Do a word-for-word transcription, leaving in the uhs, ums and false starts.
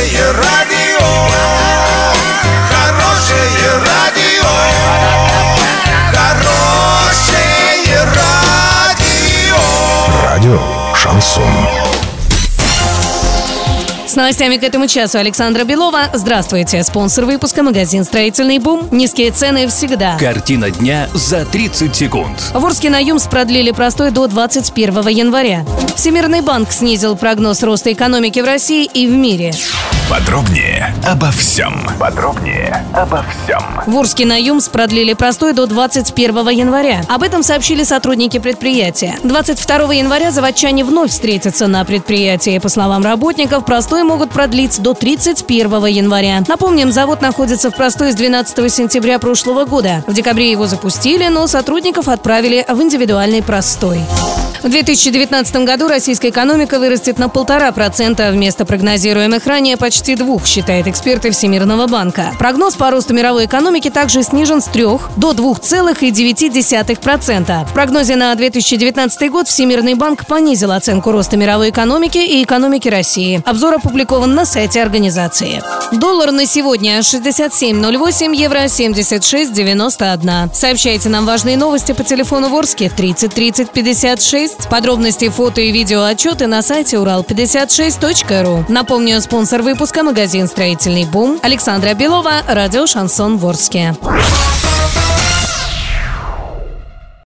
Хорошее радио, хорошее радио, хорошее радио. Радио Шансон. С новостями к этому часу Александра Белова. Здравствуйте. Спонсор выпуска — магазин «Строительный бум». Низкие цены всегда. Картина дня за тридцать секунд. В Орске на ЮМС продлили простой до двадцать первого января. Всемирный банк снизил прогноз роста экономики в России и в мире. Подробнее обо всем. Подробнее обо всем. В Орске на ЮМС продлили простой до двадцать первого января. Об этом сообщили сотрудники предприятия. двадцать второго января заводчане вновь встретятся на предприятии. По словам работников, простой могут продлить до тридцать первого января. Напомним, завод находится в простой с двенадцатого сентября прошлого года. В декабре его запустили, но сотрудников отправили в индивидуальный простой. В две тысячи девятнадцатом году российская экономика вырастет на полтора процента вместо прогнозируемых ранее почти двух, считают эксперты Всемирного банка. Прогноз по росту мировой экономики также снижен с трёх до двух целых девяти десятых процента. В прогнозе на две тысячи девятнадцатый год Всемирный банк понизил оценку роста мировой экономики и экономики России. Обзор опубликован на сайте организации. Доллар на сегодня шестьдесят семь ноль восемь, евро семьдесят шесть девяносто один. Сообщайте нам важные новости по телефону в Орске тридцать тридцать пятьдесят шесть. Подробности, фото и видео отчеты на сайте урал пятьдесят шесть точка ру. Напомню, спонсор выпуска — магазин «Строительный бум». Александра Белова, радио «Шансон» в Орске.